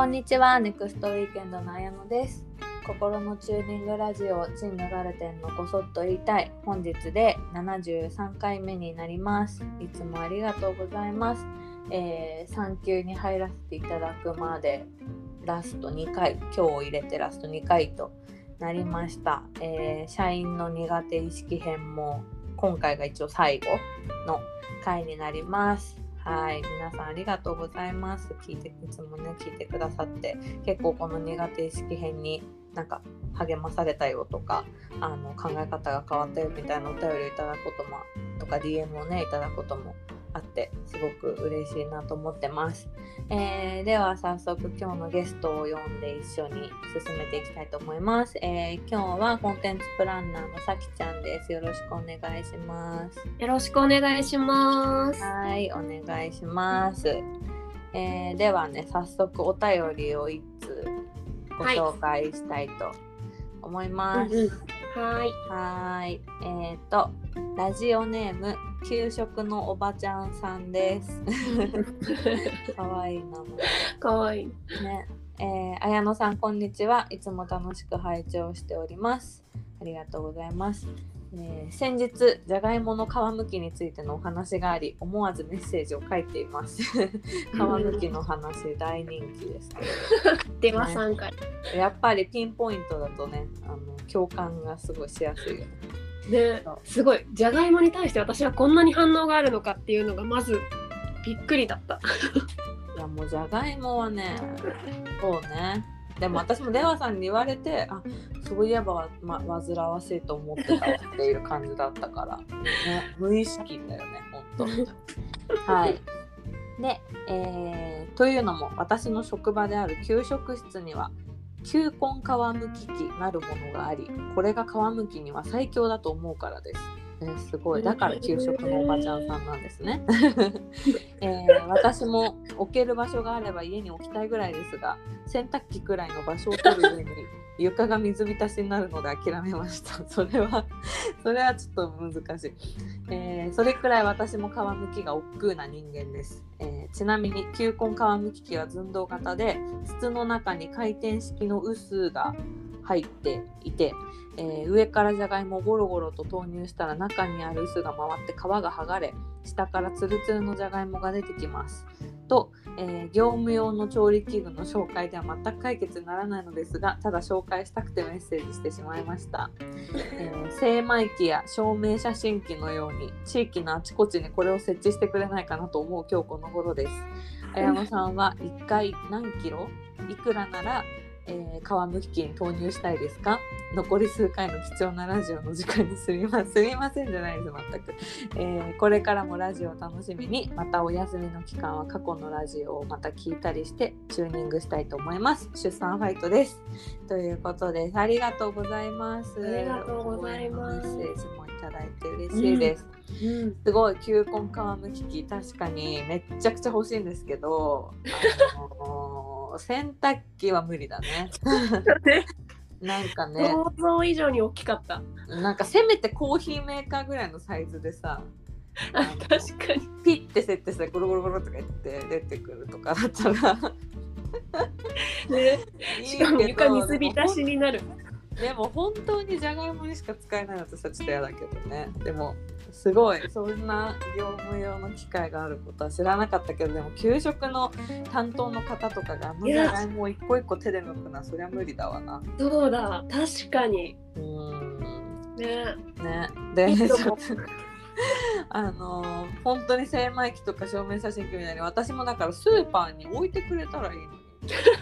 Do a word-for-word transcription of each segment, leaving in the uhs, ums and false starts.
こんにちは、ネクストウィーケンドの綾乃です。心のチューニングラジオチンヌガルテンのこそっと言いたい。本日でななじゅうさんかいめになります。いつもありがとうございます。えー、産休に入らせていただくまでラストにかい、今日を入れてラストにかいとなりました。えー、社員の苦手意識編も今回が一応最後の回になります。はい、皆さんありがとうございます。聞いていつもね聞いてくださって、結構この苦手意識編になんか励まされたよとか、あの考え方が変わったよみたいなお便りをいただくこともとか ディーエム をねいただくこともあって、すごく嬉しいなと思ってます。えー、では早速今日のゲストを呼んで一緒に進めていきたいと思います。えー、今日はコンテンツプランナーのさきちゃんです。よろしくお願いします。 よろしくお願いします。 はい、お願いします。えー、ではね、早速お便りをいっつご紹介したいと思います。 はい、うんうん、はいはい、えっ、ー、とラジオネーム給食のおばちゃんさんです。かわいい名前。 かわいいね。えー、綾乃さんこんにちは。いつも楽しく拝聴しております。ありがとうございます。えー、先日じゃがいもの皮むきについてのお話があり、思わずメッセージを書いています。皮むきの話大人気ですけどではさんかい、 ね、やっぱりピンポイントだとね、あの共感がすごいしやすいよね。 ね、すごいじゃがいもに対して私はこんなに反応があるのかっていうのがまずびっくりだった。 いやもうじゃがいもはね、そうね。でも私も出羽さんに言われて、あ、そういえば、ま、煩わしいと思ってたっていう感じだったから、ね、無意識だよね、本当。はい。で、えー、というのも私の職場である給食室には球根皮むき機なるものがあり、これが皮むきには最強だと思うからです。えー、すごい。だから給食のおばちゃんさんなんですね。えー、私も置ける場所があれば家に置きたいぐらいですが、洗濯機くらいの場所を取る上に床が水浸しになるので諦めました。それはそれはちょっと難しい。えー、それくらい私も皮むきが億劫な人間です。えー、ちなみに球根皮むき機は寸胴型で、筒の中に回転式の臼が入っていて、えー、上からじゃがいもをゴロゴロと投入したら中にある臼が回って皮が剥がれ、下からツルツルのじゃがいもが出てきますと、えー、業務用の調理器具の紹介では全く解決にならないのですが、ただ紹介したくてメッセージしてしまいました。えー、精米機や照明写真機のように地域のあちこちにこれを設置してくれないかなと思う今日この頃です。綾乃さんはいっかい何キロいくらならえー、皮むき器に投入したいですか？残り数回の貴重なラジオの時間にすみませんすみませんじゃないです全く、えー、これからもラジオを楽しみに、またお休みの期間は過去のラジオをまた聞いたりしてチューニングしたいと思います。出産ファイトですということです。ありがとうございます。 ありがとうございます。 メッセージもいただいて嬉しいです、うんうん、すごい球根皮むき器確かにめっちゃくちゃ欲しいんですけど、あのー洗濯機は無理だね。なんかね、 想像以上に大きかった。 なんかせめてコーヒーメーカーぐらいのサイズでさ、 あ、確かにピッて設定してゴロゴロゴロとか言って出てくるとかだったらね、しかも床水浸しになる。 でも本当にじゃがいもにしか使えないのとさちょっと嫌だけどね。でもすごいそんな業務用の機械があることは知らなかったけど、でも給食の担当の方とかがあのじゃがいもを一個一個手で剥くのはそりゃ無理だわな。 そうだ、確かに。 うーんねねでちょっとあのー、本当に精米機とか照明写真機みたいに私もだからスーパーに置いてくれたらいいのに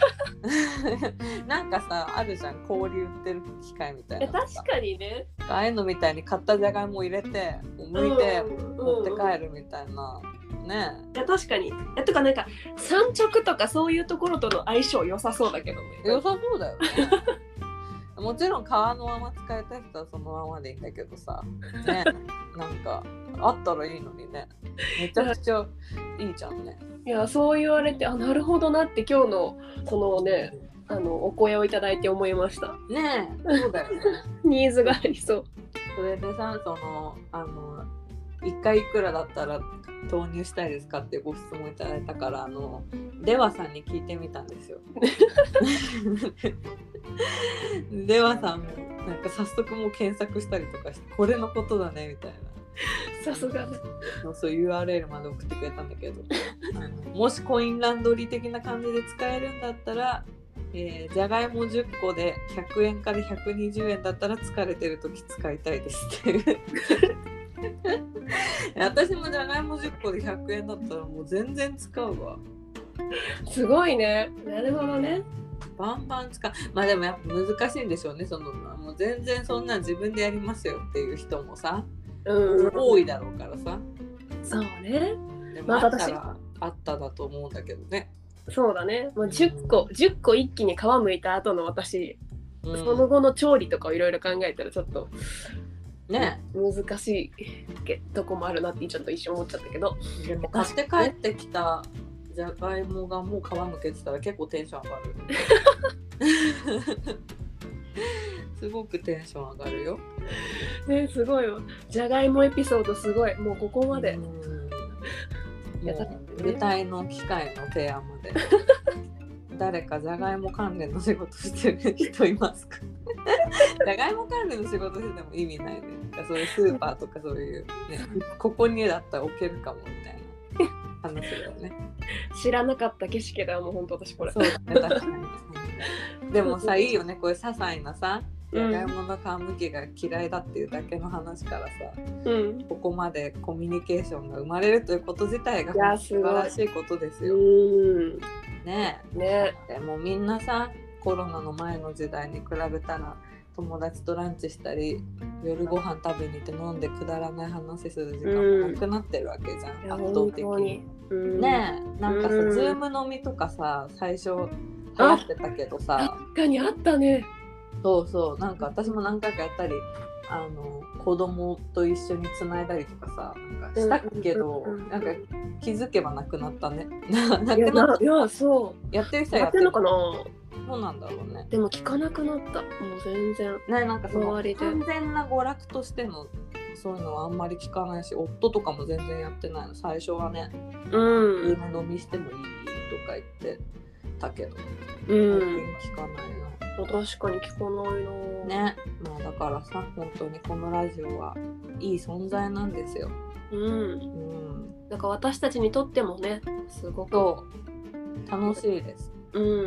なんかさあるじゃん、氷売ってる機械みたいな。 確かにね、 ああいうのみたいに買ったじゃがいも入れて剥いて持って帰るみたいな、うんうん、ね。 いや確かに、えとかなんか産直とかそういうところとの相性良さそうだけどね。 良さそうだよねもちろん皮のまま使いたい人はそのままでいいんだけどさ、ね、なんかあったらいいのにね。めちゃくちゃいいじゃんね。 いやそう言われて、あ、なるほどなって今日のそのね、あのお声をいただいて思いましたね。えそうだよねニーズがありそう。 それでさ、そのあのいっかいいくらだったら投入したいですかってご質問いただいたから、あのレワさんに聞いてみたんですよ。レワさんもなんか早速もう検索したりとかして、これのことだねみたいな。 さすがだ。 そう ユーアールエル まで送ってくれたんだけど、あのもしコインランドリー的な感じで使えるんだったら、えー、じゃがいもじゅっこでひゃくえんからひゃくにじゅうえんだったら疲れてるとき使いたいですっていう。私もじゃがいもじゅっこでひゃくえんだったらもう全然使うわ。 すごいね。なるほどね。 バンバン使う。まあでもやっぱ難しいんでしょうね。そのもう全然そんなん自分でやりますよっていう人もさ、うん、多いだろうからさ。 そうね。 でもあったらあっただと思うんだけどね。 そうだね。もうじゅっこ、うん、じゅっこ一気に皮むいた後の私、うん、その後の調理とかをいろいろ考えたらちょっとね、難しいとこもあるなってちょっと一瞬思っちゃったけど。 でも買って帰ってきたじゃがいもがもう皮むけてたら結構テンション上がる。すごくテンション上がるよ。 ね、すごいよ。じゃがいもエピソードすごい。もうここまで。 もう舞台の機械の提案まで。誰かじゃがいも関連の仕事してる人いますか？じゃがいも関連の仕事してても意味ないね。そういうスーパーとかそういうね、ここにだったら置けるかもみたいな話だよね。 知らなかった景色だよ、もう本当私これ。 そうだね、確かに。でもさ、いいよね、こういう些細なさ、じゃがいもの皮むきが嫌いだっていうだけの話からさ、うん、ここまでコミュニケーションが生まれるということ自体が素晴らしいことですよ。うんねえ、ねえ。でもみんなさ、コロナの前の時代に比べたら友達とランチしたり夜ご飯食べに行って飲んでくだらない話する時間もなくなってるわけじゃん、うん、圧倒的に、うん、ねえ、なんかさ、うん、ズーム飲みとかさ最初流行ってたけどさ、 確かにあったね。 そうそう、なんか私も何回かやったり、あの子供と一緒につないだりとかさ、なんかしたけど、うんうんうん、なんか気づけばなくなったね。なくなった。いや、 いやそうやってる人はやってるのかな。 そうなんだろうね。 でも聞かなくなった。もう全然。 ね、なんかその完全な娯楽としてのそういうのはあんまり聞かないし、夫とかも全然やってないの。最初はね、うん、ズーム飲みしてもいいとか言ってたけど、うん、聞かないな。 確かに聞かないな。ね、まあだからさ、本当にこのラジオはいい存在なんですよ。うん。うん。 なんか私たちにとってもね、すごく楽しいです。うん。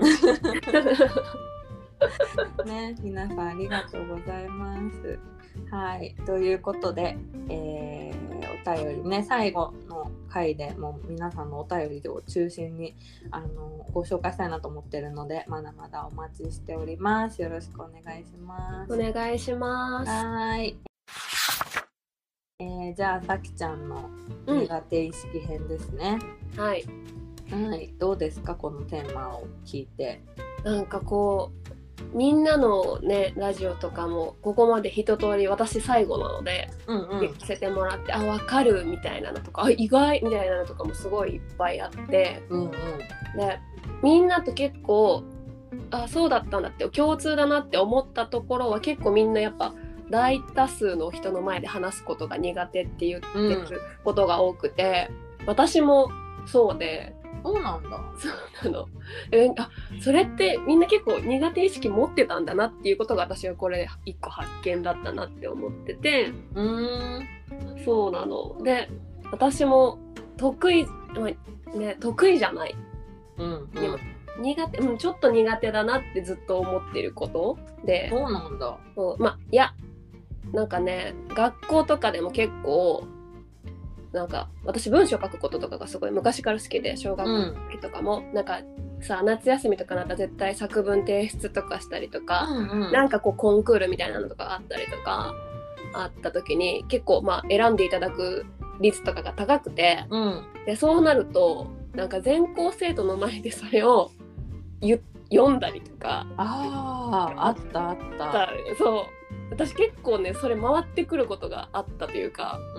ね、皆さんありがとうございます。はい、ということで、えー、お便りね、最後の回でもう皆さんのお便りを中心にあのご紹介したいなと思ってるので、まだまだお待ちしております。よろしくお願いします。 お願いします。 はい、えー、じゃあさきちゃんの苦手意識編ですね。 うん、はい。 はい、どうですか、このテーマを聞いて。 なんかこうみんなのねラジオとかもここまで一通り私最後なので聞かせてもらって、うんうん、あ、分かるみたいなのとか、あ、意外みたいなのとかもすごいいっぱいあって、うんうん、でみんなと結構あ、そうだったんだって共通だなって思ったところは結構みんなやっぱ大多数の人の前で話すことが苦手って言ってることが多くて、うん、私もそうで。 そうなんだ。 そうなの。え、あ、それってみんな結構苦手意識持ってたんだなっていうことが私はこれ一個発見だったなって思ってて、うーん、そうなの。で、私も得意、ね、得意じゃない。うんうん、苦手、うん、ちょっと苦手だなってずっと思ってることで。 そうなんだ。 そう、まあ、いや、なんかね、学校とかでも結構。なんか私文章書くこととかがすごい昔から好きで、小学校の時とかも、うん、なんかさ、夏休みとかなったら絶対作文提出とかしたりとか、うんうん、なんかこうコンクールみたいなのとかあったりとかあった時に結構まあ選んでいただく率とかが高くて、うん、でそうなるとなんか全校生徒の前でそれを読んだりとか、 ああ、あったあった。 そう私結構ねそれ回ってくることがあったというか、うん、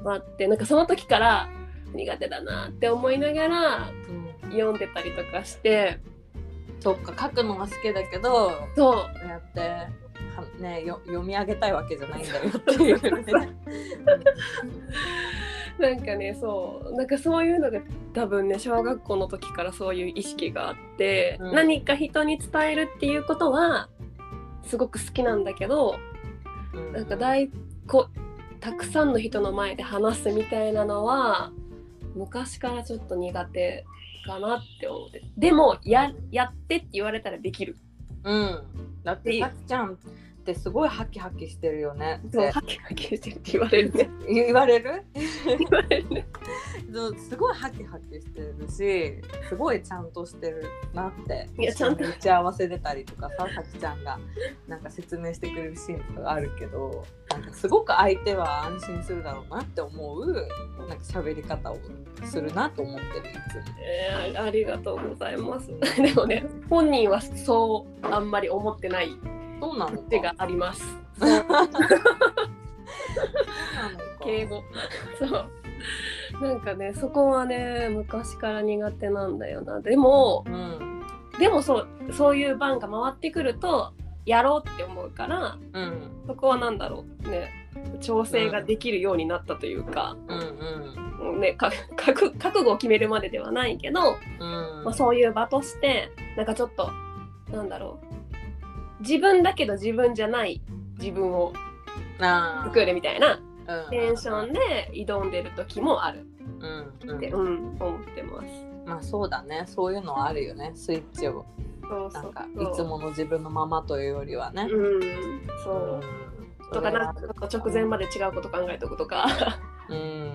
あって、なんかその時から苦手だなって思いながら読んでたりとかして、 うん、そっか、書くのが好きだけど、そうやっては、ね、よ読み上げたいわけじゃないんだよっていうねなんかねそうなんかそういうのが多分ね小学校の時からそういう意識があって、うん、何か人に伝えるっていうことはすごく好きなんだけど、うん、なんか大こたくさんの人の前で話すみたいなのは昔からちょっと苦手かなって思って。でも や, やってって言われたらできる。 うん。だってさきちゃんってすごいハキハキしてるよね。 そうハキハキしてるって言われるね。 言われる？ 言われるね。 すごいハキハキしてるし、すごいちゃんとしてるなって。 いやちゃんと打ち合わせ出たりとかさ、さきちゃんがなんか説明してくれるシーンとかがあるけど、なんかすごく相手は安心するだろうなって思うなんか喋り方をするなと思ってるいつも。 えー、ありがとうございます。でもね、本人はそうあんまり思ってない。 そうなのか。 手があります。敬語。そう。なんかね、そこはね、昔から苦手なんだよな。でも、うん、でもそう、そういう番が回ってくると、やろうって思うから、うん、そこはなんだろうね、調整ができるようになったというか、うんうんね、か覚悟を決めるまでではないけど、うんまあ、そういう場として、なんかちょっと、なんだろう。自分だけど自分じゃない自分を作るみたいなテンションで挑んでる時もあるって、うんうん、思ってます。 まあそうだね、そういうのはあるよね。スイッチをそうそうなんかいつもの自分のままというよりはね、うん、 そう、うん、とかなんか直前まで違うこと考えておくとか、うん、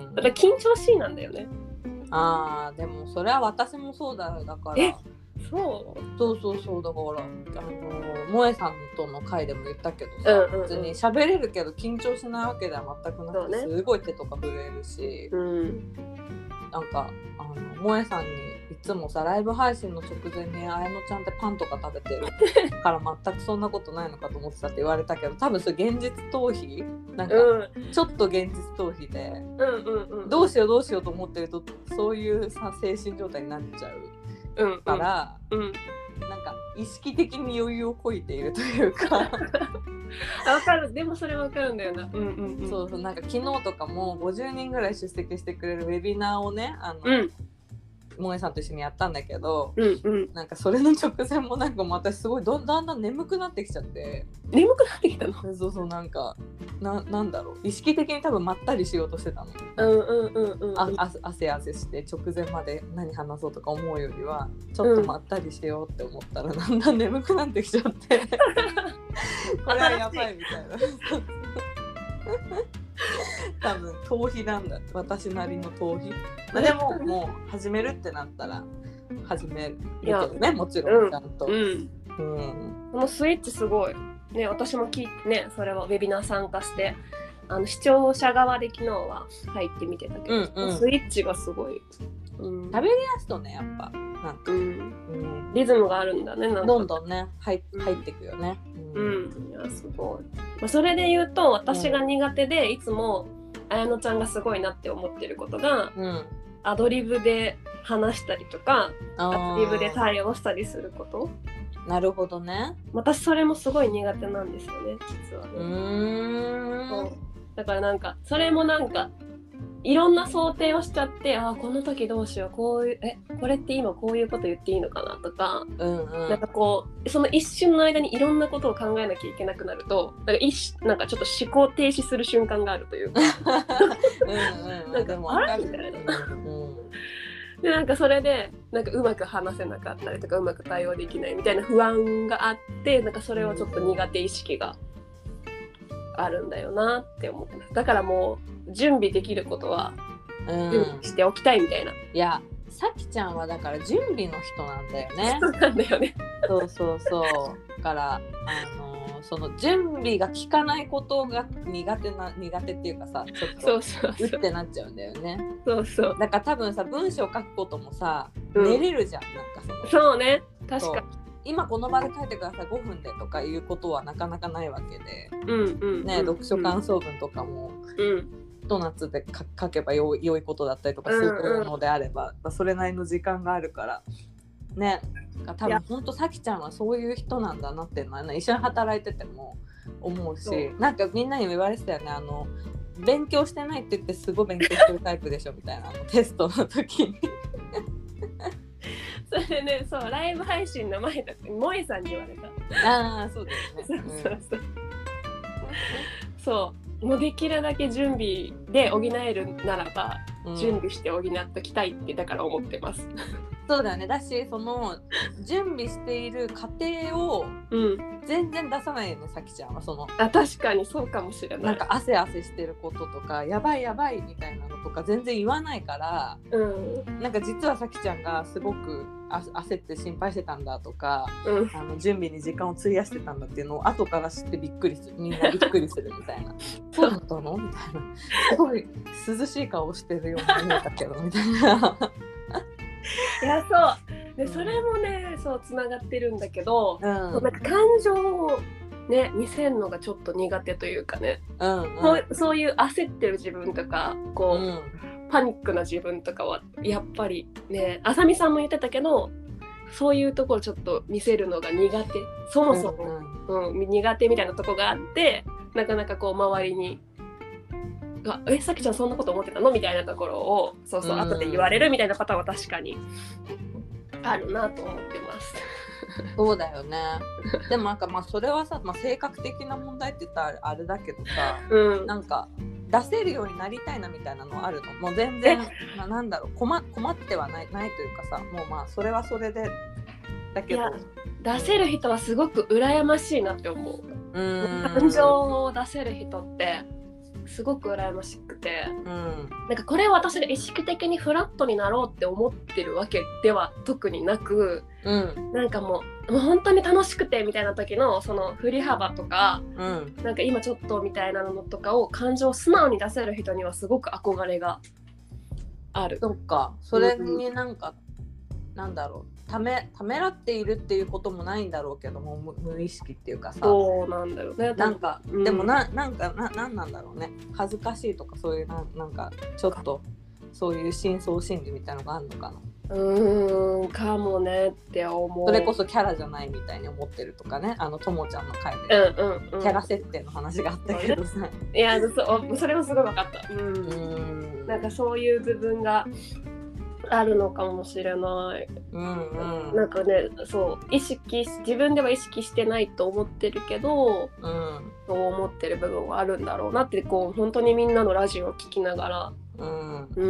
だから緊張しいなんだよね。 あーでもそれは私もそうだよ。だからえそうそうそうそうだからあの萌さんとの回でも言ったけどさ、うんうんうん、別に喋れるけど緊張しないわけでは全くなくて、ね、すごい手とか震えるし、うん、なんかあの萌さんにいつもさライブ配信の直前にあやのちゃんってパンとか食べてるから全くそんなことないのかと思ってたって言われたけど、多分それ現実逃避なんか、うん、ちょっと現実逃避で、うんうんうん、どうしようどうしようと思ってるとそういうさ精神状態になっちゃううん、から、うん、なんか意識的に余裕をこいているというかわかる。でもそれわかるんだよな、うんうんうん、 そうそうなんか昨日とかもごじゅうにんぐらい出席してくれるウェビナーをねあの、うん萌えさんと一緒にやったんだけど、うんうん、なんかそれの直前もなんかもう私すごいどだんだん眠くなってきちゃって眠くなってきたのそうそうなんか な, なんだろう意識的に多分まったりしようとしてたの、 うんうんうんうん、ああ汗汗して直前まで何話そうとか思うよりはちょっとまったりしようって思ったら、うん、だんだん眠くなってきちゃってこれはやばいみたいな多分逃避なんだ私なりの逃避、まあ、でももう始めるってなったら始めるけどねもちろんちゃんと、うんうんうん、このスイッチすごいね私も聞いてねそれはウェビナー参加してあの視聴者側で昨日は入ってみてたけど、うんうん、スイッチがすごい、 うん、食べりやすとねやっぱなんか、うんうん、リズムがあるんだねなんかどんどんね 入, 入ってくよね、 うん、うん、いやすごい、まあ、それで言うと私が苦手でいつも綾乃ちゃんがすごいなって思ってることが、うん、アドリブで話したりとかアドリブで対応したりすること。 なるほどね。 私それもすごい苦手なんですよね実はね。うーんだからなんかそれもなんかいろんな想定をしちゃってあこの時どうしようこういうえこれって今こういうこと言っていいのかなとか、うんうん、なんかこうその一瞬の間にいろんなことを考えなきゃいけなくなるとなんか一なんかちょっと思考停止する瞬間があるというかうん、うん、なんかあれみたいな、うんうんでなんかそれでなんかうまく話せなかったりとかうまく対応できないみたいな不安があってなんかそれはちょっと苦手意識があるんだよなって思ってます。だからもう準備できることは準備しておきたいみたいな、うん、 いやさきちゃんはだから準備の人なんだよね。 そうなんだよね。 そうそうそうだからあのその準備が効かないことが苦手な苦手っていうかさちょっとそうそうそううってなっちゃうんだよね。 そうそうだから多分さ文章書くこともさ、うん、寝れるじゃんなんかそのそうね確かに今この場で書いてくださいごふんでとかいうことはなかなかないわけで、 うんうんね、読書感想文とかも、うん、ひと夏で書けばよいことだったりとかするのであれば、うんうん、それなりの時間があるからね多分ほんとさきちゃんはそういう人なんだなっていうのは、ね、一緒に働いてても思うしなんかみんなにも言われてたよねあの勉強してないって言ってすごい勉強してるタイプでしょみたいな、あのテストの時にそれね、そうライブ配信の前だって萌えさんに言われた。 ああそうですね。 そうそうそう、そうもうできるだけ準備で補えるならば、うん、準備して補っときたいってだから思ってます。 そうだよね。だしその準備している過程を全然出さないよね、さきちゃんは。そのあ確かにそうかもしれない。 なんか汗汗してることとかやばいやばいみたいなのとか全然言わないから、うん、なんか実はさきちゃんがすごくあ焦って心配してたんだとか、うん、あの準備に時間を費やしてたんだっていうのを後から知ってびっくりする、みんなびっくりするみたいなそうだったのみたいな、すごい涼しい顔してるように見えたけどみたいないやそうでそれもねそうつながってるんだけど、うん、なんか感情をね見せるのがちょっと苦手というかね、うんうん、そうそういう焦ってる自分とかこう、うん、パニックな自分とかはやっぱりね、あさみさんも言ってたけどそういうところちょっと見せるのが苦手、そもそも、うんうん、苦手みたいなとこがあって、なかなかこう周りにあえさきちゃんそんなこと思ってたのみたいなところをそうそう、うん、後で言われるみたいなパターンは確かにあるなと思ってます。 そうだよね。でもなんかまあそれはさ、まあ、性格的な問題って言ったらあれだけどさ、うん、なんか出せるようになりたいなみたいなのあるの？もう全然な、なんだろう 困, 困ってはない、ないというかさ、もうまあそれはそれでだけど、いや出せる人はすごく羨ましいなって思う。うん感情を出せる人ってすごく羨ましくて、うん、なんかこれを私が意識的にフラットになろうって思ってるわけでは特になく、うん、なんかもう、もう本当に楽しくてみたいな時のその振り幅とか、うん、なんか今ちょっとみたいなのとかを感情を素直に出せる人にはすごく憧れがある。 そっか、それになんか、うん、なんだろうため、ためらっているっていうこともないんだろうけども 無, 無意識っていうかさ、 そうなんだよね。 なんか、うん、でもな、なんかな、なんなんだろうね、恥ずかしいとかそういうな、なんかちょっとそういう深層心理みたいなのがあるのかな。 うーんかもねって思う。 それこそキャラじゃないみたいに思ってるとかね、あのともちゃんの回で、うんうんうん、キャラ設定の話があったけどさ、 いや そ, それもすごい分かった。うん、うんなんかそういう部分があるのかもしれない、うんうん、なんかねそう意識自分では意識してないと思ってるけど、うん、そう思ってる部分はあるんだろうなってこう本当にみんなのラジオを聞きながら、うんうん、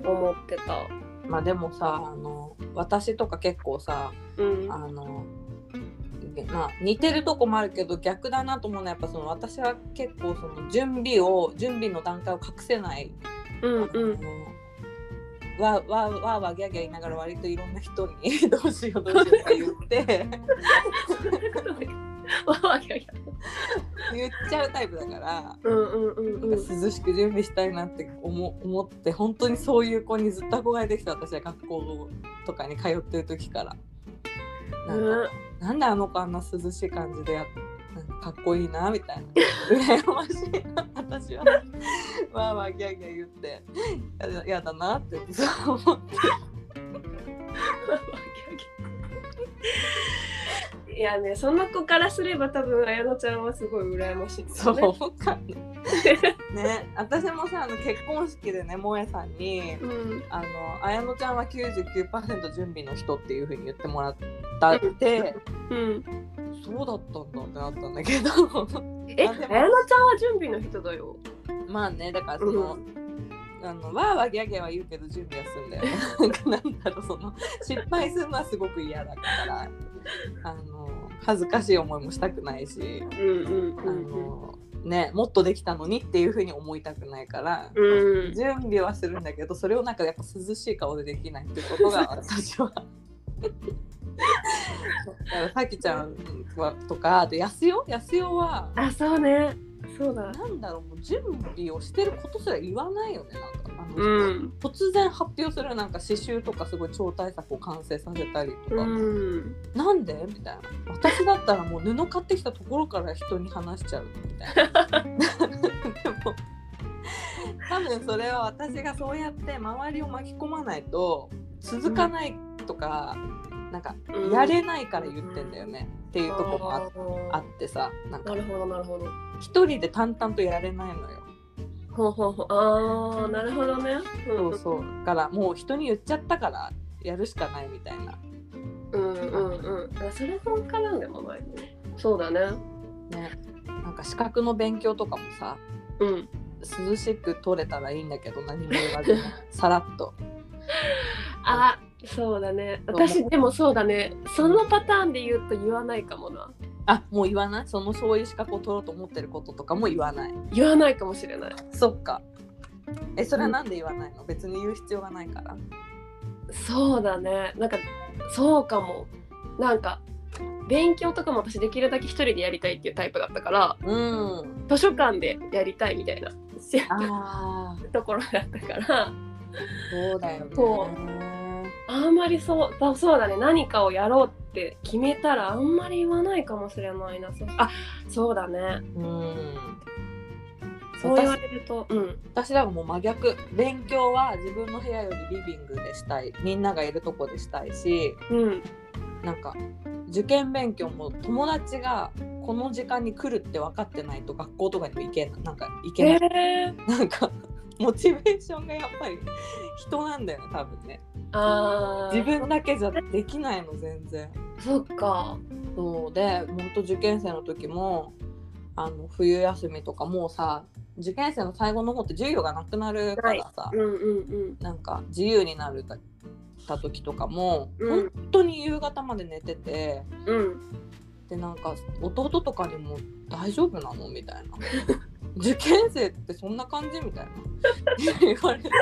思ってた。 まあでもさあの私とか結構さ、うん、あのまあ、似てるとこもあるけど逆だなと思うのはやっぱその私は結構その準備を準備の段階を隠せない、うんうんわわわわギャギャ言いながら割といろんな人にどうしようどうしようって言ってわわギャギャ言っちゃうタイプだから、うんうんうんうん、涼しく準備したいなって思、思って本当にそういう子にずっと憧れてきた。私は学校とかに通ってる時からなんか、うん、なんであの子あんな涼しい感じでやってなんかかっこいいなみたいな羨ましいな私はわーわーギャーギャー言ってやだ、やだなってそう思っていやねその子からすれば多分綾乃ちゃんはすごい羨ましい、ね、 そうかねね私もさあの結婚式でね萌えさんに、うん、あの綾乃ちゃんは きゅうじゅうきゅうパーセント 準備の人っていう風に言ってもらったって、うんうんそうだったんだってなったんだけどえ、綾乃ちゃんは準備の人だよ。 まあねだからその、うん、あのわーわーギャギャは言うけど準備はするんだよねなんだろうその失敗するのはすごく嫌だからあの恥ずかしい思いもしたくないし、うんうんうんうん、あのねもっとできたのにっていう風に思いたくないから、うん、準備はするんだけどそれをなんかやっぱ涼しい顔でできないってことが私はさきちゃんはとかあとやすよやすよはあそうねそうだなんだろうもう準備をしてることすら言わないよねなんかあの、うん、突然発表するなんか刺繍とかすごい超大作を完成させたりとか、うん、なんでみたいな私だったらもう布買ってきたところから人に話しちゃうみたいなでも多分それは私がそうやって周りを巻き込まないと続かないとか、うんなんかやれないから言ってんだよね、うん、っていうところも あ, あってさなんかなるほどなるほど一人で淡々とやれないのよほうほうほう。ああ、なるほどね。 そうそうだからもう人に言っちゃったからやるしかないみたいな。 うんうんうん。それもからんでもないね。そうだね。 ね、なんか資格の勉強とかもさ、 うん。 涼しく取れたらいいんだけど何も言わずにさらっと。 あ、そうだね。私でもそうだね。そのパターンで言うと言わないかもな。 あ、もう言わない。そのそういう資格を取ろうと思ってることとかも言わない。 言わないかもしれない。 そっか。え、それはなんで言わないの？別に言う必要がないから。 そうだね。なんかそうかも。なんか勉強とかも私できるだけ一人でやりたいっていうタイプだったから、 うん、 図書館でやりたいみたいなあところだったから。 そうだよね。 そうあんまりそうだそうだね。何かをやろうって決めたらあんまり言わないかもしれないな。そあそうだね。 うん。 そう言われると、うん、 私らがもう真逆。勉強は自分の部屋よりリビングでしたい。みんながいるとこでしたいし、 うん、 なんか受験勉強も友達がこの時間に来るって分かってないと学校とかにも行けない。なんか行けない。 えー、 なんかモチベーションがやっぱり人なんだよね多分ね。 あ自分だけじゃできないの全然。 そっか。 そうで本当受験生の時もあの冬休みとかもうさ受験生の最後の方って授業がなくなるからさ、 はい、うんうんうん、 なんか自由になるた時とかも、うん、本当に夕方まで寝てて、 うん、 でなんか弟とかにも大丈夫なのみたいな受験生ってそんな感じみたいな言われて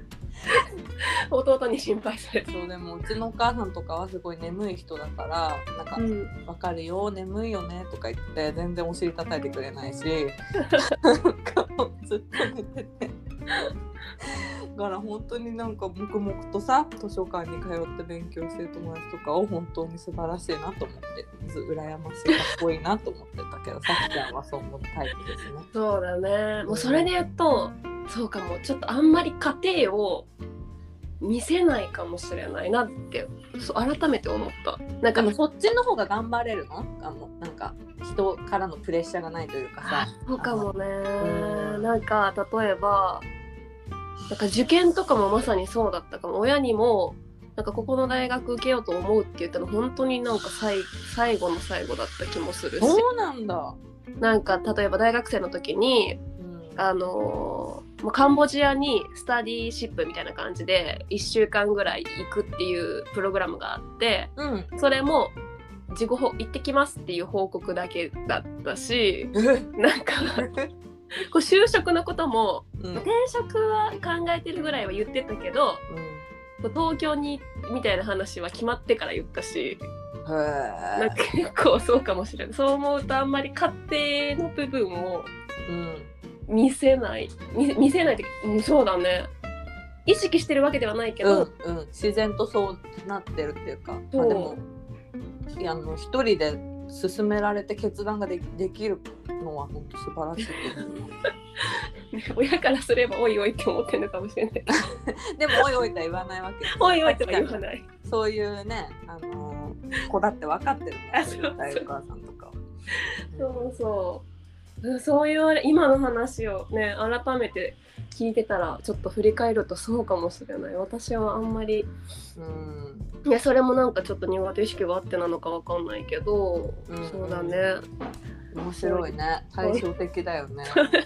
弟に心配されて。 そうでもうちのお母さんとかはすごい眠い人だからなんか、うん、分かるよ眠いよねとか言って全然お尻叩いてくれないしなんかずっと寝ててだから本当になんか黙々とさ図書館に通って勉強してる友達とかを本当に素晴らしいなと思ってず羨ましいかっこいいなと思ってたけどさきちゃんはそう思うタイプですね。 そうだね。もうそれで言うとそうかもちょっとあんまり家庭を見せないかもしれないなってそう改めて思った。 なんかそっちの方が頑張れるの？あのなんか人からのプレッシャーがないというかさ。 そうかもね。なんか例えばなんか受験とかもまさにそうだったかも。親にもなんかここの大学受けようと思うって言ったの本当になんか最最後の最後だった気もするし。 そうなんだ。 なんか例えば大学生の時に、うん、あのー、カンボジアにスタディシップみたいな感じでいっしゅうかんぐらい行くっていうプログラムがあって、うん、それも自己報行ってきますっていう報告だけだったしなんかこう就職のことも、うん、転職は考えてるぐらいは言ってたけど、うん、東京にみたいな話は決まってから言ったしなんか結構そうかもしれない。そう思うとあんまり家庭の部分を見せない、うん、見せないって、うん、そうだね意識してるわけではないけど、 うんうん、自然とそうなってるっていうか、まあ、でもいやあの一人で進められて決断が で, できるのは本当素晴らしい親からすればおいおいって思ってるのかもしれないでもおいおいとは言わないわけおいおいとは言わない。 そういうねあの子だって分かってるもんねお母さんとかはそうそうそういう今の話をね改めて聞いてたらちょっと振り返るとそうかもしれない。私はあんまりうんいやそれもなんかちょっと苦手意識があってなのかわかんないけど、うん、そうだね面白いね対照的だよね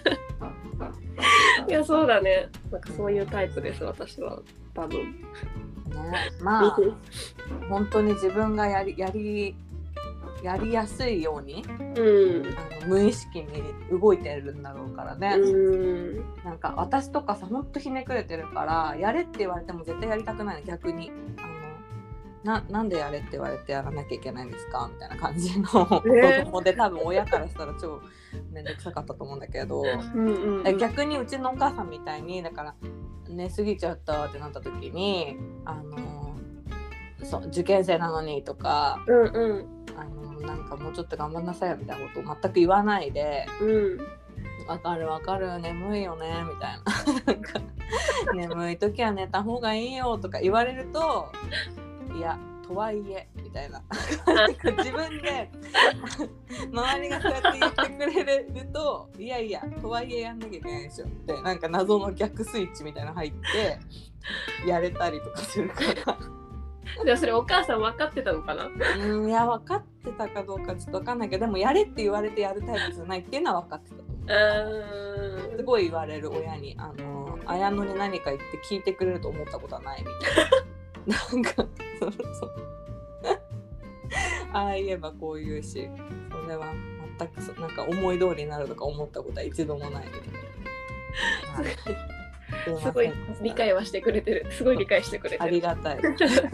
いやそうだねなんかそういうタイプです私は多分ね。 まあ本当に自分がやりやりやりやすいように、うん、あの無意識に動いてるんだろうからね、うん、なんか私とかさほんとひねくれてるからやれって言われても絶対やりたくないの逆にあの な, なんでやれって言われてやらなきゃいけないんですかみたいな感じの子供で、多分親からしたら超めんどくさかったと思うんだけど、うんうんうん、逆にうちのお母さんみたいにだから寝すぎちゃったってなった時にあのそう受験生なのにとか、うんうんあのなんかもうちょっと頑張んなさいよみたいなことを全く言わないで、うん、わかるわかる眠いよねみたいななんか眠い時は寝た方がいいよとか言われるといやとはいえみたいななんか自分で周りがそうやって言ってくれるといやいやとはいえやんなきゃいけないでしょってなんか謎の逆スイッチみたいなの入ってやれたりとかするからでもそれお母さん分かってたのかな。 うんいや分かってたかどうかちょっと分かんないけどでもやれって言われてやるタイプじゃないっていうのは分かってたと思う。 うーんすごい言われる親にあの綾乃に何か言って聞いてくれると思ったことはないみたいななんかそうそうああ言えばこう言うしそれは全くそなんか思い通りになるとか思ったことは一度もないみたいなすごい理解はしてくれてる。すごい理解してくれてる。 ありがたい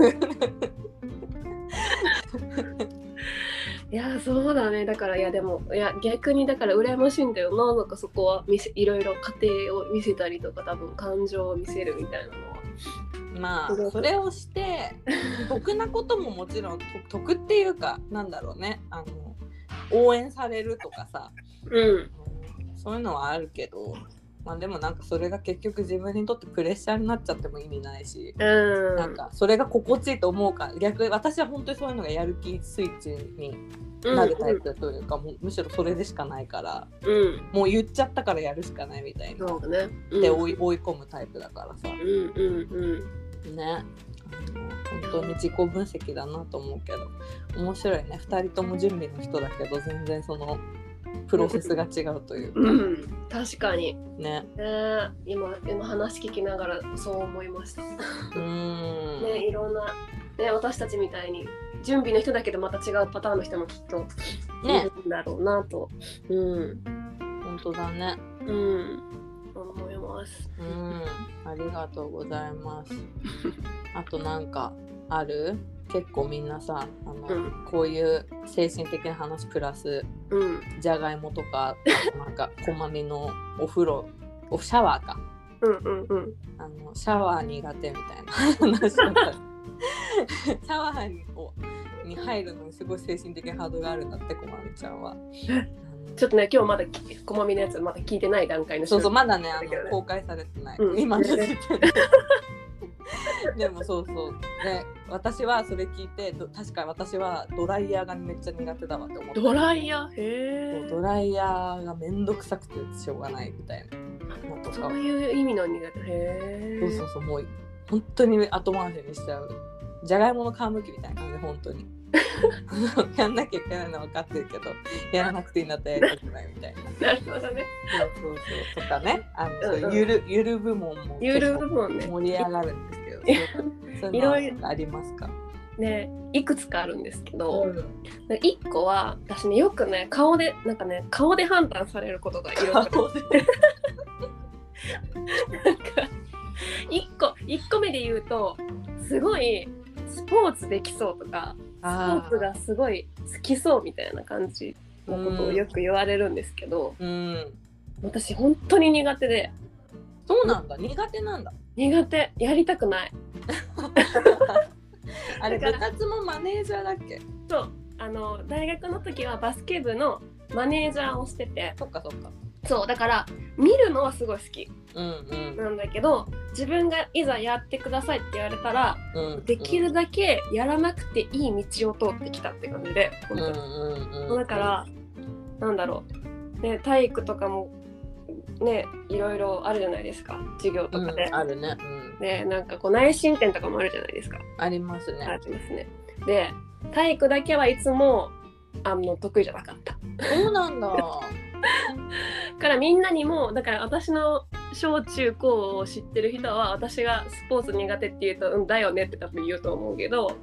いやそうだね。だからいやでもいや逆にだから羨ましいんだよな。なんかそこは見せいろいろ家庭を見せたりとか多分感情を見せるみたいなのはまあそれをして得なことももちろん得っていうかなんだろうねあの応援されるとかさ、 うん、 そういうのはあるけどまあでもなんかそれが結局自分にとってプレッシャーになっちゃっても意味ないし、 うん、 なんかそれが心地いいと思うか逆に私は本当にそういうのがやる気スイッチになるタイプというか、うんうん、もうむしろそれでしかないから、うん、もう言っちゃったからやるしかないみたいな、 そうね、 うん、で追い、追い込むタイプだからさ、 うんうんうん、 ねあの本当に自己分析だなと思うけど面白いねふたりとも準備の人だけど全然そのプロセスが違うというか、 うん、確かにね、 ね今今話聞きながらそう思いました。うんねいろんなね私たちみたいに準備の人だけどまた違うパターンの人もきっといるんだろうなと、ね、うん本当だねうん思います。 うんありがとうございますあとなんかある結構みんなさあの、うん、こういう精神的な話プラス、うん、じゃがいもとかなんかこまみのお風呂おシャワーか、 うんうんうん、 あのシャワー苦手みたいな話とかシャワーにをに入るのにすごい精神的なハードルがあるんだってこまみちゃんはちょっとね今日まだこまみのやつまだ聞いてない段階のそうそうまだねあの公開されてない、うん、今の時点ででもそうそうで私はそれ聞いて確か私はドライヤーがめっちゃ苦手だわって思ってドライヤーへードライヤーがめんどくさくてしょうがないみたいなのとかそういう意味の苦手へそうそうそうもう本当に後回しにしちゃうじゃがいもの皮むきみたいな感じ本当にやんなきゃいけないのは分かってるけどやらなくていいんだったらやりたくないみたいななるほどねそうそうそうとかねあの、うんうん、ゆるゆる部門もゆる部門ね盛り上がるんですけどそういうのはありますかねいくつかあるんですけど、うん、いっこは私ねよくね顔でなんかね顔で判断されることがいろいろなんかいっこいっこめで言うとすごいスポーツできそうとかスポーツがすごい好きそうみたいな感じのことをよく言われるんですけど、うん、私本当に苦手で。 そうなんだ苦手なんだ苦手やりたくないあれ部活もマネージャーだっけ。 そうあの大学の時はバスケ部のマネージャーをしててそっかそっかそうだから見るのはすごい好き、 うんうん、 なんだけど自分がいざやってくださいって言われたら、うんうん、できるだけやらなくていい道を通ってきたって感じで本当に、うんうんうん、だからなんだろう、ね、体育とかもねいろいろあるじゃないですか授業とかで、 うん、あるね、 うん、でなんかこう内申点とかもあるじゃないですか。 ありますねありますね。で体育だけはいつもあの得意じゃなかった。 そうなんだからみんなにもだから私の小中高を知ってる人は私がスポーツ苦手って言うとうんだよねって多分言うと思うけど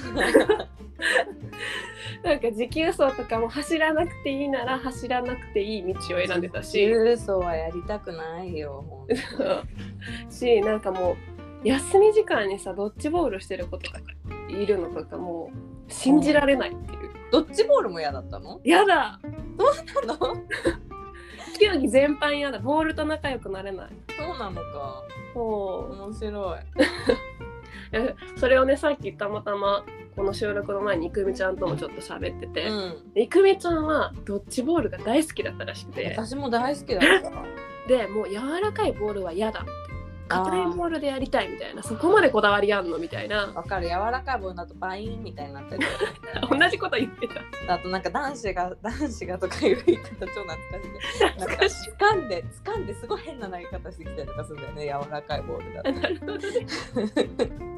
なんか持久走とかも走らなくていいなら走らなくていい道を選んでたし持久走はやりたくないよしなんかもう休み時間にさドッジボールしてる子とかいるのとかもう信じられないっていう。 ドッジボールも嫌だったの？ 嫌だ。 そうなの？ 球技全般嫌だ。ボールと仲良くなれない。 そうなのか。 そう面白いそれをねさっきたまたまこの収録の前にいくみちゃんともちょっと喋ってて、うん、いくみちゃんはドッジボールが大好きだったらしくて私も大好きだったでもう柔らかいボールは嫌だって硬いボールでやりたいみたいな、そこまでこだわりあんのみたいな。 わかる、柔らかいボールだとバインみたいになってる同じこと言ってた。 あとなんか男子が男子がとかいう言い方超懐かしいで、なんか掴んで掴んですごい変な投げ方してきたりとかするんだよね、柔らかいボールだと。 なるほどね。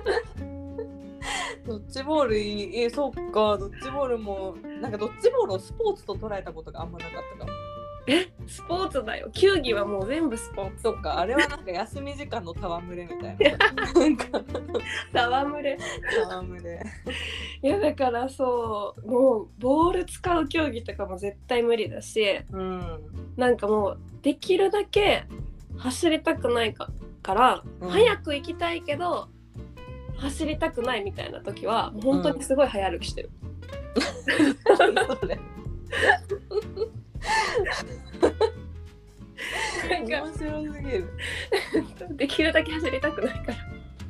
ドッジボールいい、え、そっか、ドッジボールもなんかドッジボールをスポーツと捉えたことがあんまなかったかも。 え、スポーツだよ。球技はもう全部スポーツ。 そっか、あれはなんか休み時間の戯れみたいな。なんか戯れ。 戯れ。 いやだからそうもうボール使う競技とかも絶対無理だし、 うん、 なんかもうできるだけ走りたくないかから、うん、早く行きたいけど走りたくないみたいな時はもう本当にすごい早歩きしてる。 うん、それなんか面白すぎる。 できるだけ走りたくないから。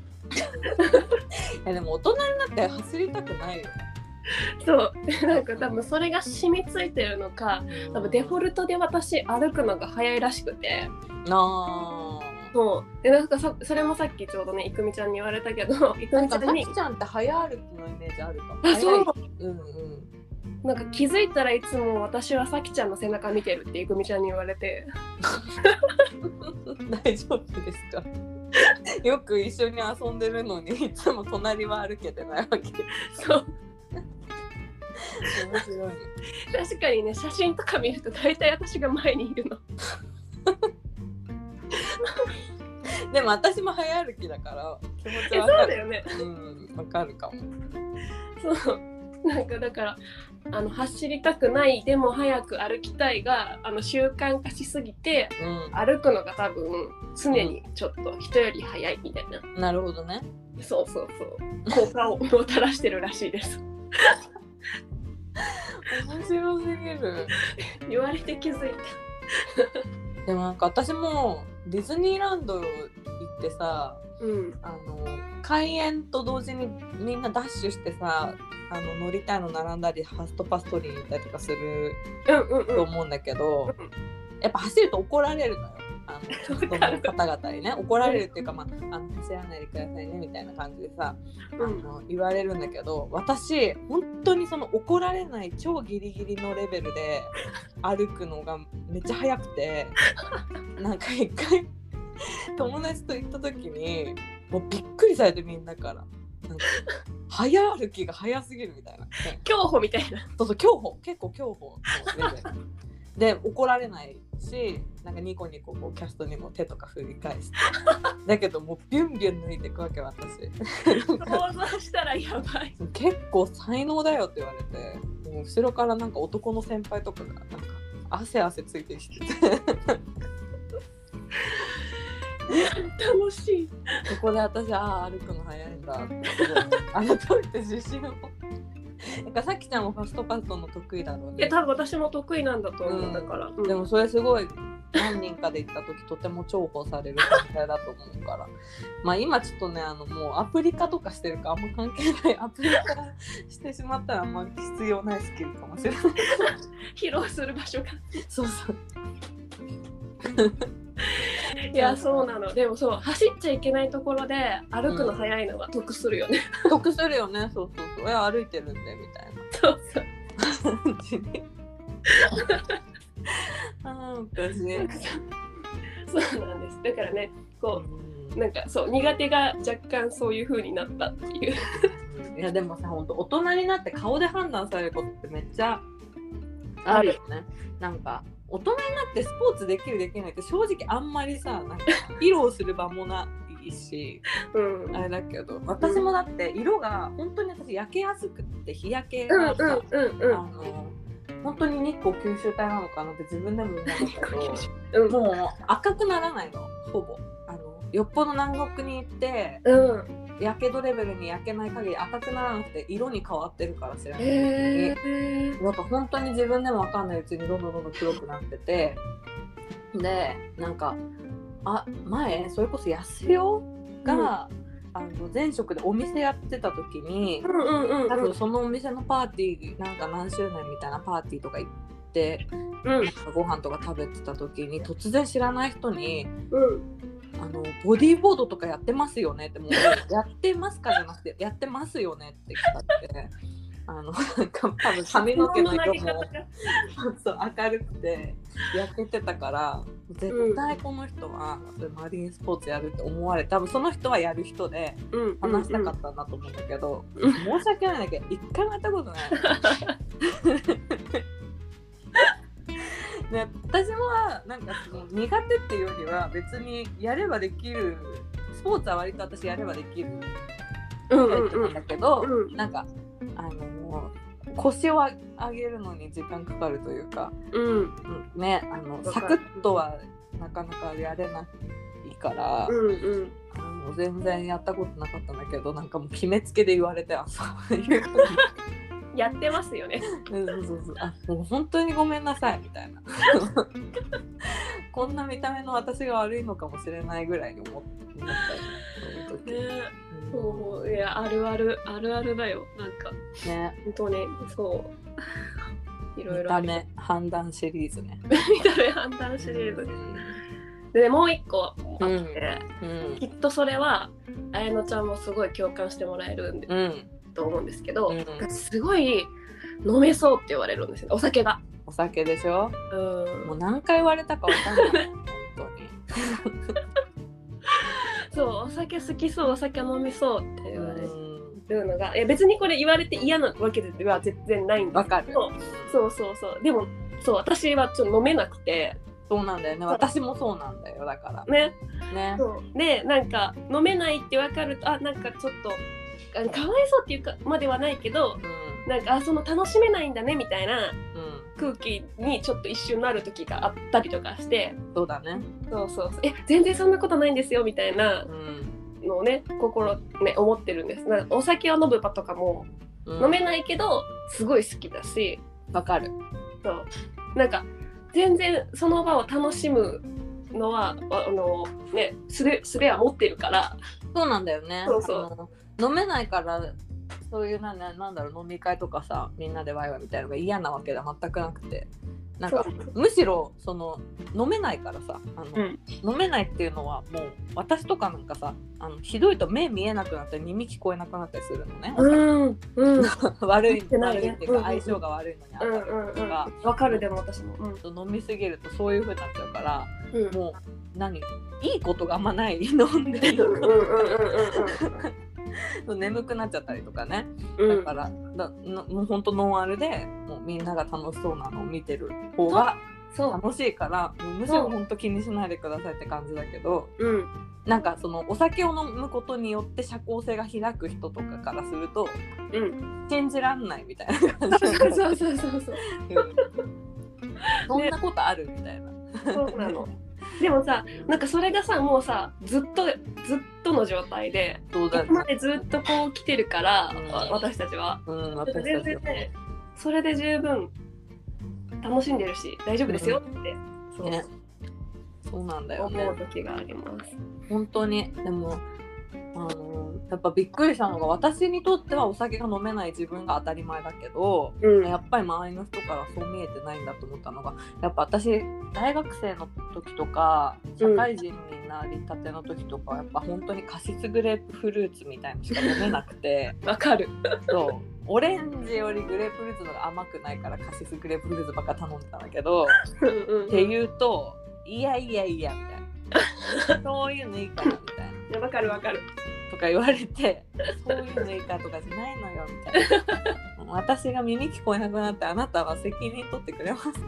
え、でも大人になって走りたくないよね。 そうなんか多分それが染みついてるのか、多分デフォルトで私歩くのが早いらしくて、 あそうでなんか そ, それもさっきちょうどねいくみちゃんに言われたけど、いくみちゃんにさきちゃんって早歩きのイメージあるかも。 あ、そう、 うんうん、 なんか気づいたらいつも私はさきちゃんの背中見てるっていくみちゃんに言われて大丈夫ですか？よく一緒に遊んでるのにいつも隣は歩けてないわけ。 そう面白いね。 確かにね、写真とか見ると大体私が前にいるの。 でも私も早歩きだから気持ちわかる。そうだよね。 うん、わかるかも。 そうなんかだからあの走りたくないでも早く歩きたいがあの習慣化しすぎて、うん、歩くのが多分常にちょっと人より早いみたいな、 うん、なるほどね。 そうそうそう効果をもたらしてるらしいです。 面白すぎる。 言われて気づいた。でもなんか私もディズニーランド行ってさ、 うん、 あの開園と同時にみんなダッシュしてさ、あの乗りたいの並んだりファストパス取りに行ったりとかすると思うんだけど、やっぱ走ると怒られるのよ。あの人の方々にね怒られるっていうか、まあ、あの走らないでくださいねみたいな感じでさ、あの言われるんだけど、私本当にその怒られない超ギリギリのレベルで歩くのがめっちゃ速くて、なんか一回友達と行った時にもうびっくりされて、みんなからなんか早歩きが早すぎるみたいな、 競歩みたいな。 そうそう、競歩、結構競歩のレベルで怒られないし、なんかニコニコこうキャストにも手とか振り返してだけどもうビュンビュン抜いていくわけ私。 想像したらやばい。 結構才能だよって言われて、もう後ろからなんか男の先輩とかがなんか汗汗ついてきて楽しい。 そこで私、ああ歩くの早いんだって改めて自信をなんかさきちゃんもファストパストの得意だろうね。 え、多分私も得意なんだと思う、だから、 うん、でもそれすごい何人かで行った時とても重宝される存在だと思うからまあ今ちょっとね、あのもうアプリ化とかしてるからあんま関係ない、アプリ化してしまったらあんま必要ないスキルかもしれない披露する場所がそうそういや、そうなの。でもそう、走っちゃいけないところで歩くの早いのは得するよね、 うん、得するよね。そうそうそう、いや歩いてるんでみたいな。 そうそうあー、おかしい。 そうなんです。だからね、こう、うん、なんかそう苦手が若干そういう風になったっていういやでもさ、本当大人になって顔で判断されることってめっちゃあるよね。なんか大人になってスポーツできるできないって正直あんまりさ、なんか披露する場もないし、うん、あれだけど、私もだって色が本当に私焼けやすくって日焼けがさ、うんうんうんうん、あの本当に日光吸収体なのかなって自分でも思うんだけど、うん、もう赤くならないの、ほぼ。あのよっぽど南国に行って、うん、やけどレベルに焼けない限り赤くならなくて色に変わってるから知らない、えー、なんか本当に自分でも分かんないうちにどんどんどんどん黒くなってて、でなんかあ前それこそ安代が、うん、あの前職でお店やってた時に、うんうんうんうん、多分そのお店のパーティーなんか何周年みたいなパーティーとか行って、うん、なんかご飯とか食べてた時に突然知らない人に、うん、 あのボディーボードとかやってますよねって、もうやってますかじゃなくてやってますよねって聞かれて、あのなんか多分髪の毛の色もそう明るくて焼けてたから、絶対この人はマリンスポーツやるって思われて、多分その人はやる人で話したかったんだと思うんだけど、うんうんうん、申し訳ないんだけど一回もやったことないで私はなんかその苦手っていうよりは別にやればできる、スポーツは割と私やればできるタイプなんだけど、うんうんうん、なんかあの腰を上げるのに時間かかるというか、うん、ね、あのサクッとはなかなかやれないから、うんうん、あの全然やったことなかったんだけど、なんかもう決めつけで言われて、あ、そういうやってますよね。 そうそうそう、あ、もう本当にごめんなさいみたいなこんな見た目の私が悪いのかもしれないぐらいに思ったよね、その時。ね、 そう、いや、あるあるあるあるだよ、なんかね、本当ね、そういろいろ見た目判断シリーズね見た目判断シリーズ、うん、でもう一個あって、うんうん、きっとそれは綾乃ちゃんもすごい共感してもらえるんで、うん、と思うんですけど、うん、すごい飲めそうって言われるんですよ、お酒が。 お酒でしょ、うん、もう何回言われたかわかんない本当にそう、お酒好きそう、お酒飲みそうって言われるのが、いや別にこれ言われて嫌なわけでは全然ないんですけど、そうそうそう、でもそう、私はちょっと飲めなくて。 そうなんだよね、私もそうなんだよ、だからね。ね、そうで、なんか飲めないって分かると、あ、なんかちょっとかわいそうっていうかまではないけど、うん、なんかあ、その楽しめないんだねみたいな空気にちょっと一瞬なる時があったりとかして、 そうだね、 そうそうそう、え、全然そんなことないんですよみたいなのをね、心ね思ってるんです。なんかお酒を飲む場とかも、うん、飲めないけどすごい好きだし、 わかる。 そう、なんか全然その場を楽しむのはあのね、すべすべは持ってるから。 そうなんだよね。 そうそう、 飲めないからそういうな、なんだろう、飲み会とかさ、みんなでワイワイみたいなのが嫌なわけでは全くなくて、なんかむしろその飲めないからさ、あの、うん、飲めないっていうのはもう私とかなんかさ、あのひどいと目見えなくなったり耳聞こえなくなったりするのね、うんうん、悪い、悪いっていうか相性が悪いのにあったりとか、 わかる。でも私も、 うん、飲みすぎるとそういう風になっちゃうから、うん、もう何いいことがあんまない飲んでる眠くなっちゃったりとかね、うん、だからだのもうほんとノンアルでもうみんなが楽しそうなのを見てる方が楽しいから、もうむしろほんと気にしないでくださいって感じだけど、うん、なんかそのお酒を飲むことによって社交性が開く人とかからすると、うん、信じらんないみたいな感じそうそうそうそう、 そんなことあるみたいな、 そうなのでもさ、なんかそれがさ、もうさ、ずっとずっとの状態で、 そうだね、 今までずっとこう来てるから、うん、私たちは、 うん、私たちは全然ね、それで十分楽しんでるし大丈夫ですよって、うん、そう、 ね、そうなんだよね、 思う時があります。 本当に。でもあのやっぱびっくりしたのが、私にとってはお酒が飲めない自分が当たり前だけど、うん、やっぱり周りの人からそう見えてないんだと思ったのが、やっぱ私大学生の時とか社会人になりたての時とか、うん、やっぱ本当にカシスグレープフルーツみたいのしか飲めなくてわかる。 そう、オレンジよりグレープフルーツの方が甘くないからカシスグレープフルーツばっか頼んでたんだけどうん、って言うと、いやいやいやみたいなそういうのいいかなみたいな、 いや、わかるわかるとか言われて、そういうのいいかとかじゃないのよみたいな私が耳聞こえなくなってあなたは責任取ってくれますか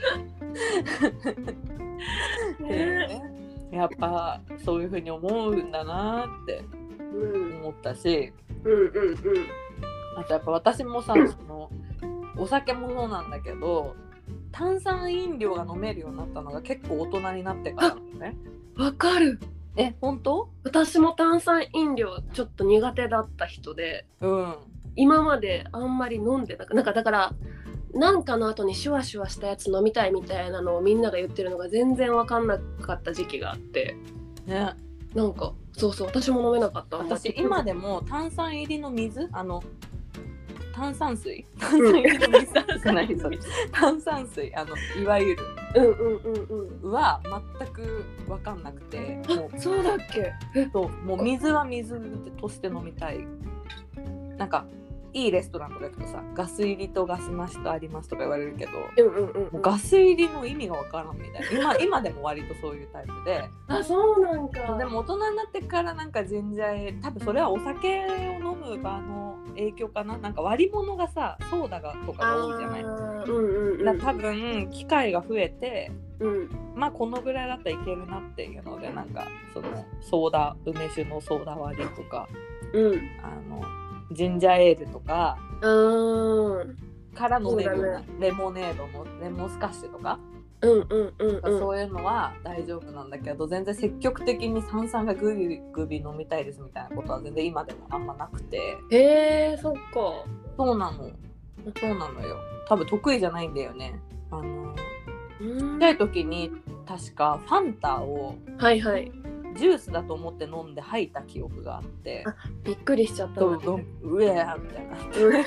みたいなね、やっぱそういう風に思うんだなって思ったし、うんうんうんうん、あとやっぱ私もさ、そのお酒もそうなんだけど、炭酸飲料が飲めるようになったのが結構大人になってからなのね。 わかる。 え、本当？ 私も炭酸飲料ちょっと苦手だった人で、うん、今まであんまり飲んでなく、なんかだからなんかの後にシュワシュワしたやつ飲みたいみたいなのをみんなが言ってるのが全然分かんなかった時期があって、ね、なんかそうそう、私も飲めなかった。 私今でも炭酸入りの水、あの炭酸水炭酸水の水じゃないそれ炭酸水あのいわゆるうんうんうんうんは全く分かんなくてもうそうだっけそうもう水は水として飲みたいなんかいいレストランとか行くとさガス入りとガスなしとありますとか言われるけど、 うんうんうんうん、 ガス入りの意味が分からんみたいな 今, 今でも割とそういうタイプであそうなんかでも大人になってからなんかジンジャーエール多分それはお酒を飲む場の影響かななんか割り物がさソーダがとかが多いじゃない、 うんうんうん、 だ多分機会が増えて、 うん、 まあこのぐらいだったらいけるなっていうのでなんかそのソーダ梅酒のソーダ割りとか、 うん、 あのジンジャーエールとかうんから飲めるような、 ね、 レモネードのレモンスカッシュとか、 うんうんうんうん、 そういうのは大丈夫なんだけど全然積極的に炭酸がグビグビ飲みたいですみたいなことは全然今でもあんまなくてへえそっかそうなのそうなのよ多分得意じゃないんだよねあのちっちゃい時に確かファンタをはいはいジュースだと思って飲んで吐いた記憶があってあびっくりしちゃったんだ、ね、 うえーみたいな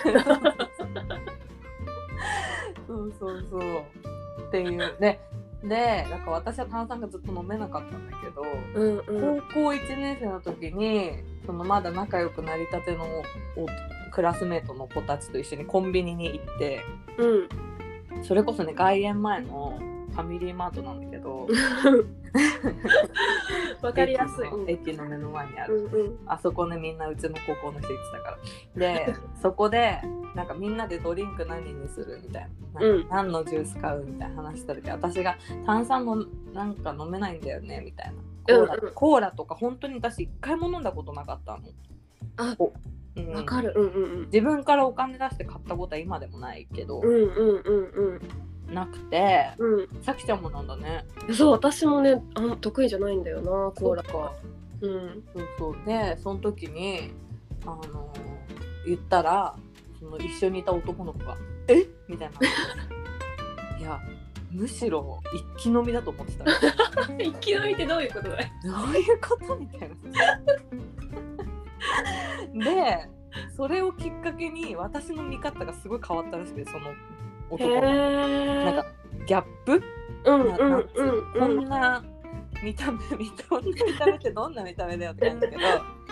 そうそうそうっていうねでなんか私は炭酸がずっと飲めなかったんだけど、 うんうん、 高校いちねん生の時にそのまだ仲良くなりたてのクラスメートの子たちと一緒にコンビニに行って、 うん、 それこそね外苑前のファミリーマートなんだけどわかりやすい駅の目の前にある、 うんうん、 あそこねみんなうちの高校の人行ってたからでそこでなんかみんなでドリンク何にするみたいな、なんか何のジュース買うみたいな話した時私が炭酸もなんか飲めないんだよねみたいなコーラ、うんうん、コーラとか本当に私一回も飲んだことなかったのあうん、 わかる、うんうんうん、 自分からお金出して買ったことは今でもないけど、 うんうんうんうん、 なくて、 うん、 さきちゃんもなんだねそう私もねあの得意じゃないんだよなコーラかうんそうそうでその時にあの言ったらその一緒にいた男の子がえみたいないやむしろ一気飲みだと思ってた一気飲みってどういうことだよどういうことみたいなでそれをきっかけに私の見方がすごい変わったらしくてその男のなんかギャップ、 うんうんうんうん、 こんな見た目見た目見た目ってどんな見た目だよって感じだけ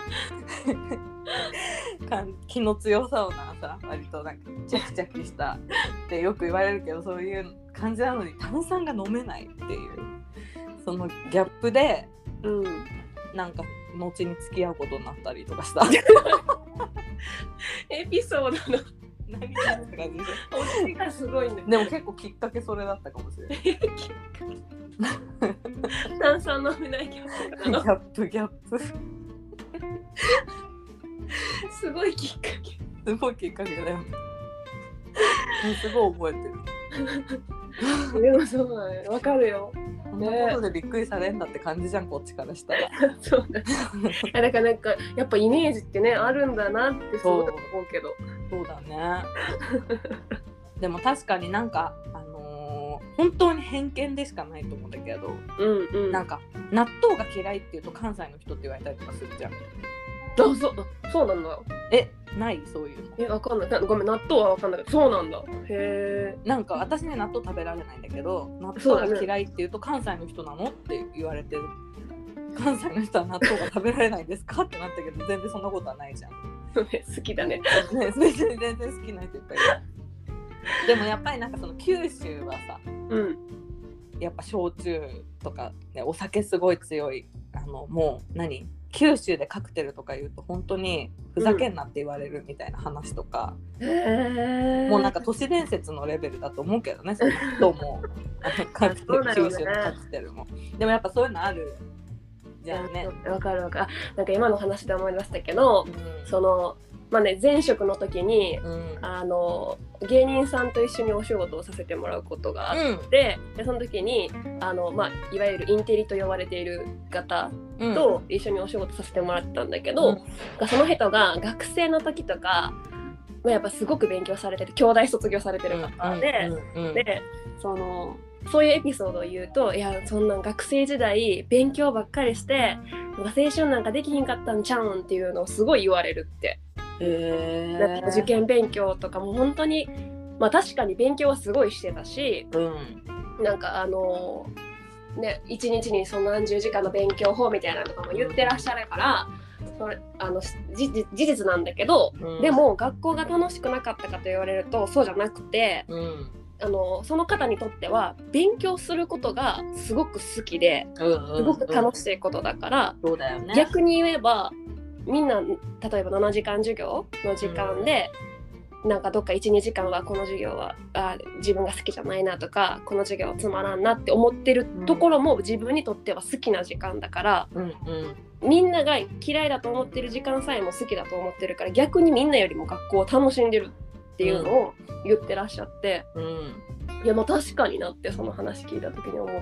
ど気の強そうなさ割となんかチャキチャキしたってよく言われるけどそういう感じなのに炭酸が飲めないっていうそのギャップで、うん、なんか後に付き合うことになったりとかしたエピソードの何って感じでお尻がすごいねでも結構きっかけそれだったかもしれない炭酸飲めないギャップギャップギャップすごいきっかけすごいきっかけだよすごい覚えてるでもそうだねわかるよこんなことでびっくりされんだって感じじゃんこっちからしたらそうだだからなんかやっぱイメージってねあるんだなってそうだと思うけどそうだねでも確かになんかあのー、本当に偏見でしかないと思うんだけど、 うんうん、 なんか納豆が嫌いっていうと関西の人って言われたりとかするじゃんあ、そう、そうなんだ。 え、ないそういうの。 え、わかんない。ごめん、納豆はわかんないけど、そうなんだ。へえ。 なんか私ね、納豆食べられないんだけど、納豆が嫌いって言うと関西の人なのって言われてる。関西の人は納豆が食べられないんですかってなったけど、全然そんなことはないじゃん。 好きだね。 ね、別に全然好きな人いっぱいいる。でもやっぱりなんかその九州はさ、うん、やっぱ焼酎とか、ね、お酒すごい強い。あのもう何九州でカクテルとか言うと本当にふざけんなって言われるみたいな話とか、うん、もうなんか都市伝説のレベルだと思うけどねその人もあのカクテル、ね、九州のカクテルもでもやっぱそういうのあるじゃあね。 わかるわかる。なんか今の話で思い出したけど、うん、そのまあね前職の時に、うん、あの芸人さんと一緒にお仕事をさせてもらうことがあって、うん、でその時にあの、まあ、いわゆるインテリと呼ばれている方と一緒にお仕事させてもらってたんだけど、うん、その人が学生の時とか、まあ、やっぱすごく勉強されてて兄弟卒業されてる方で、うんうんうん、でそのそういうエピソードを言うといやそんなん学生時代勉強ばっかりしてなんか青春なんかできひんかったんちゃうんっていうのをすごい言われるってへなんか受験勉強とかも本当にまあ確かに勉強はすごいしてたし、 うん、 なんかあのね一日にその何十時間の勉強法みたいなのとかも言ってらっしゃるから、それあのじ事実なんだけど、 うん、 でも学校が楽しくなかったかと言われるとそうじゃなくて、 うん、 あのその方にとっては勉強することがすごく好きで、 うんうんうん、 すごく楽しいことだから、 そうだよね、 逆に言えばみんな例えばななじかん授業の時間で、うん、なんかどっか いち,に 時間はこの授業はあ自分が好きじゃないなとかこの授業つまらんなって思ってるところも自分にとっては好きな時間だから、 うんうん、 みんなが嫌いだと思ってる時間さえも好きだと思ってるから、逆にみんなよりも学校を楽しんでるっていうのを言ってらっしゃって、 うん、 いやまあ確かになってその話聞いた時に思って、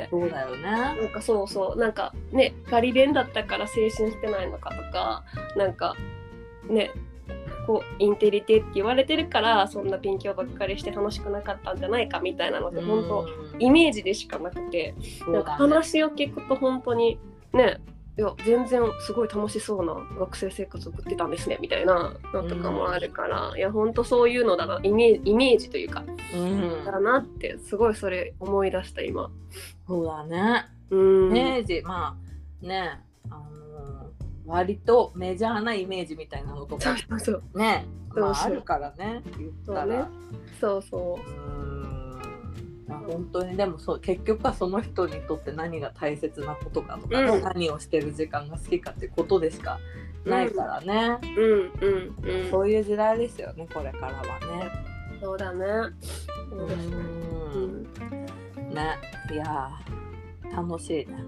そうだよね、 なんかそうそうなんかねガリ勉だったから青春してないのかとか、なんかねこうインテリテって言われてるからそんな勉強ばっかりして楽しくなかったんじゃないかみたいなのって本当イメージでしかなくて、なんか話を聞くと本当にね、いや全然すごい楽しそうな学生生活を送ってたんですねみたいなのとかもあるから、いや本当そういうのだな、イメージ、イメージというか、うん、だなってすごいそれ思い出した今。 そうだね、 うん、 イメージ、まあね、あのー、割とメジャーなイメージみたいなのとかそうそうね、 そうそう、 まあ、あるからね、言ったらそうそう、 うーん、本当にでもそう結局はその人にとって何が大切なことかとか、うん、何をしてる時間が好きかってことでしかないからね、 うんうんうんうん、 そういう時代ですよねこれからはね。 そうだね、そうですね、 うん、ね、いや楽しいね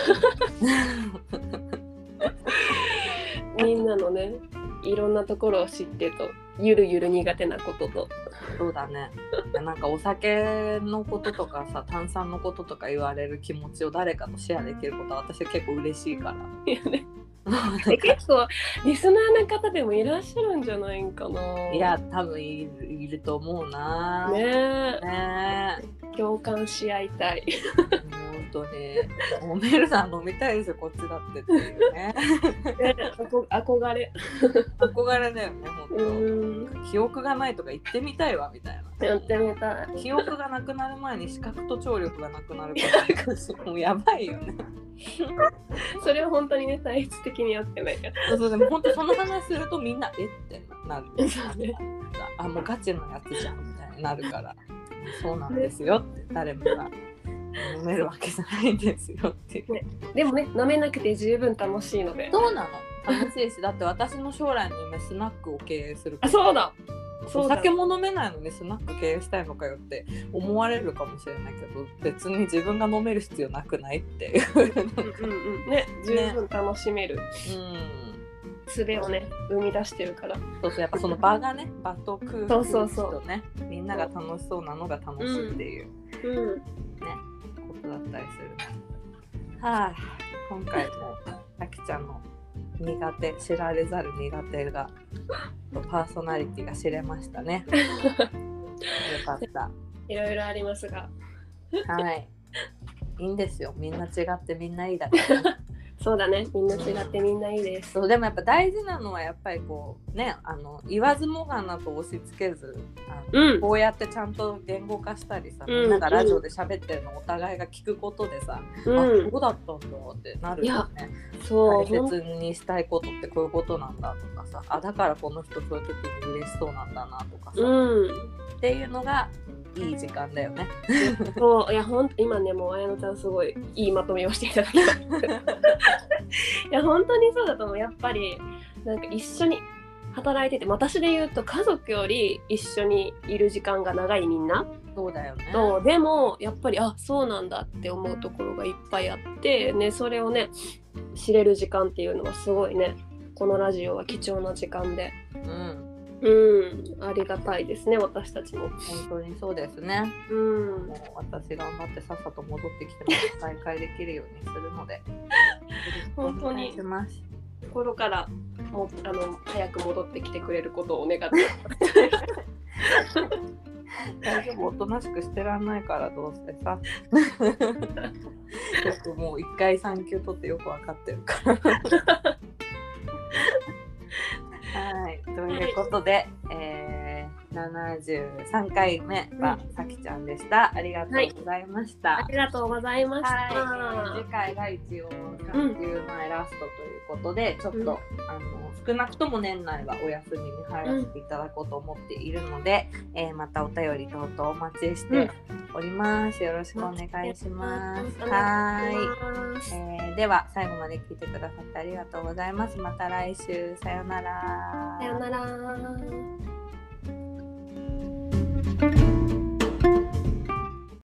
みんなのねいろんなところを知ってとゆるゆる苦手なことと、 そうだね、なんかお酒のこととかさ炭酸のこととか言われる気持ちを誰かとシェアできることは私は結構嬉しいから。 いやね結構リスナーの方でもいらっしゃるんじゃないんかな。 いや多分いる、いると思うな。 ねえ、 ねえ共感し合いたい本当にもうメルさん飲みたいですよこっちだってっていうね憧れ憧れだよね本当。うん記憶がないとか言ってみたいわみたいな。 やってみたい。 記憶がなくなる前に視覚と聴力がなくなるからもうやばいよねそれは本当にね体質的にやってないから。 そうそう、でも本当その話するとみんなえってなるあもうガチのやつじゃんみたいになるからそうなんですよって誰もが飲めるわけじゃないんですよっていう、ね、 でもね飲めなくて十分楽しいので。 そうなの楽しいしだって私の将来の夢スナックを経営する。 あそうだお酒も飲めないのにスナック経営したいのかよって思われるかもしれないけど別に自分が飲める必要なくないっていううんうん、 うん、ね十分楽しめる、ね、 うん術をね生み出してるから。 そうそうやっぱその場がね場と空気とねそうそうみんなが楽しそうなのが楽しいっていう、うんうん、ねことだったりする。はあ今回もあきちゃんの苦手知られざる苦手がパーソナリティが知れましたねよかった。 いろいろありますがはいいいんですよみんな違ってみんないいだからそうだねみんな違ってみんないいです。 そうでもやっぱ大事なのはやっぱりこうねあの言わずもがなと押し付けずあの、うん、こうやってちゃんと言語化したりさ、うん、なんかラジオで喋ってるのお互いが聞くことでさ、うん、あそうだったんだってなるよね。そう大切にしたいことってこういうことなんだとかさあだからこの人そういう時に嬉しそうなんだなとかさ、うん、っていうのがいい時間だよね。 そういやほん今ねもう綾乃ちゃんすごいいいまとめをしていただきましたいや本当にそうだと思う。やっぱりなんか一緒に働いてて私で言うと家族より一緒にいる時間が長いみんな。 そうだよね。 そうでもやっぱりあそうなんだって思うところがいっぱいあってねそれをね知れる時間っていうのはすごいねこのラジオは貴重な時間で。うんうん、ありがたいですね私たちも。 本当にそうですね、うん、もう私頑張ってさっさと戻ってきて再開できるようにするので本当に心からもあの早く戻ってきてくれることを願って大丈夫おとなしくしてらんないからどうせさよくもう一回産休取ってよく分かってるからはい、とということで、えー、ななじゅうさんかいめはさきちゃんでした、ありがとうございました、 ありがとうございました、 はい、えー次回が一応さんじゅうまいラストということで、ちょっと、 うん、 あの少なくとも年内はお休みに入らせていただこうと思っているので、うん、えー、またお便り等々お待ちしております、よろしくお願いします、はい、えー、では最後まで聞いてくださってありがとうございます。また来週、さよなら。 さよなら。